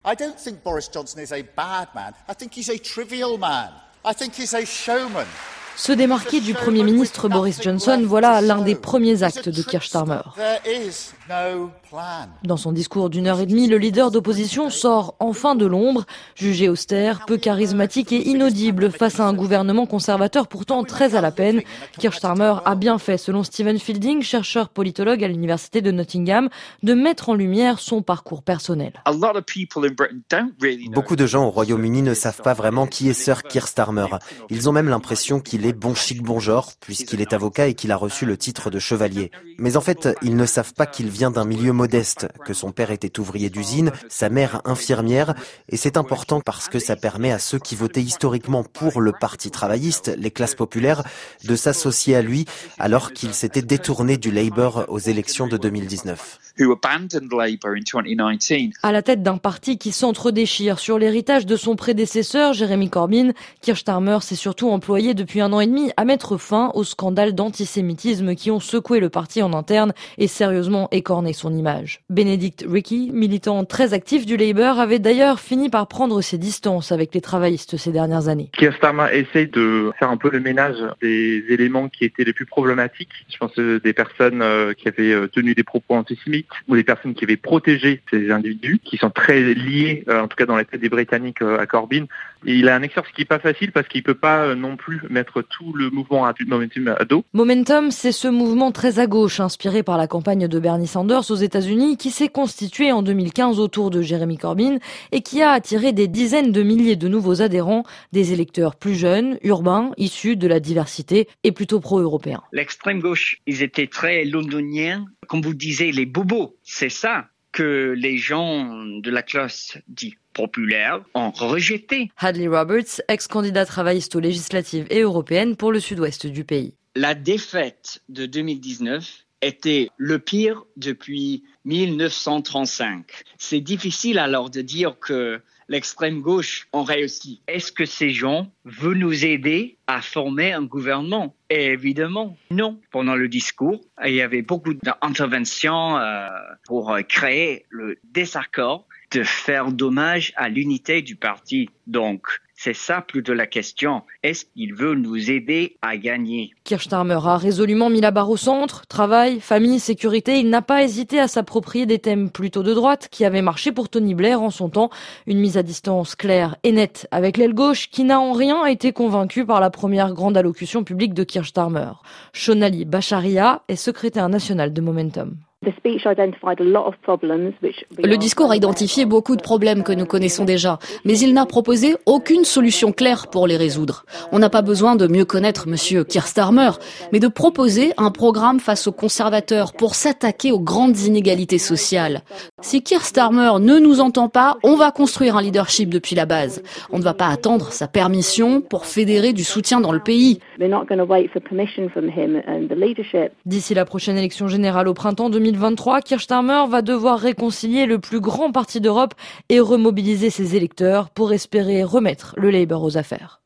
I don't think Boris Johnson is a bad man. I think he's a trivial man. I think he's a showman. Se démarquer du Premier ministre Boris Johnson, voilà l'un des premiers actes de Keir Starmer. Dans son discours d'1h30, le leader d'opposition sort enfin de l'ombre, jugé austère, peu charismatique et inaudible face à un gouvernement conservateur pourtant très à la peine. Keir Starmer a bien fait, selon Stephen Fielding, chercheur politologue à l'université de Nottingham, de mettre en lumière son parcours personnel. Beaucoup de gens au Royaume-Uni ne savent pas vraiment qui est Sir Keir Starmer. Ils ont même l'impression qu'il est bon chic bon genre, puisqu'il est avocat et qu'il a reçu le titre de chevalier. Mais en fait, ils ne savent pas qu'il vient d'un milieu modeste, que son père était ouvrier d'usine, sa mère infirmière, et c'est important parce que ça permet à ceux qui votaient historiquement pour le parti travailliste, les classes populaires, de s'associer à lui, alors qu'il s'était détourné du Labour aux élections de 2019. À la tête d'un parti qui s'entre-déchire sur l'héritage de son prédécesseur, Jeremy Corbyn, Keir Starmer s'est surtout employé depuis 1 an et demi à mettre fin aux scandales d'antisémitisme qui ont secoué le parti en interne et sérieusement écorné son image. Benedict Rickey, militant très actif du Labour, avait d'ailleurs fini par prendre ses distances avec les travaillistes ces dernières années. Keir Starmer essaye de faire un peu le ménage des éléments qui étaient les plus problématiques. Je pense des personnes qui avaient tenu des propos antisémites ou des personnes qui avaient protégé ces individus, qui sont très liés, en tout cas dans la tête des Britanniques, à Corbyn. Et il a un exercice qui n'est pas facile parce qu'il ne peut pas non plus mettre tout le mouvement Momentum à dos. Momentum, c'est ce mouvement très à gauche, inspiré par la campagne de Bernie Sanders aux États-Unis, qui s'est constitué en 2015 autour de Jeremy Corbyn et qui a attiré des dizaines de milliers de nouveaux adhérents, des électeurs plus jeunes, urbains, issus de la diversité et plutôt pro-européens. L'extrême gauche, ils étaient très londoniens, comme vous disiez, les bobos. C'est ça que les gens de la classe dite populaire ont rejeté. Hadley Roberts, ex-candidat travailliste aux législatives et européennes pour le sud-ouest du pays. La défaite de 2019 était le pire depuis 1935. C'est difficile alors de dire que l'extrême gauche ont réussi. Est-ce que ces gens veulent nous aider à former un gouvernement? Et évidemment, non. Pendant le discours, il y avait beaucoup d'interventions pour créer le désaccord, de faire dommage à l'unité du parti. Donc, c'est ça plutôt la question. Est-ce qu'il veut nous aider à gagner? Keir Starmer a résolument mis la barre au centre. Travail, famille, sécurité. Il n'a pas hésité à s'approprier des thèmes plutôt de droite qui avaient marché pour Tony Blair en son temps. Une mise à distance claire et nette avec l'aile gauche qui n'a en rien été convaincue par la première grande allocution publique de Keir Starmer. Shonali Bacharia est secrétaire nationale de Momentum. Le discours a identifié beaucoup de problèmes que nous connaissons déjà, mais il n'a proposé aucune solution claire pour les résoudre. On n'a pas besoin de mieux connaître Monsieur Keir Starmer, mais de proposer un programme face aux conservateurs pour s'attaquer aux grandes inégalités sociales. Si Keir Starmer ne nous entend pas, on va construire un leadership depuis la base. On ne va pas attendre sa permission pour fédérer du soutien dans le pays. D'ici la prochaine élection générale au printemps 2023, Keir Starmer va devoir réconcilier le plus grand parti d'Europe et remobiliser ses électeurs pour espérer remettre le Labour aux affaires.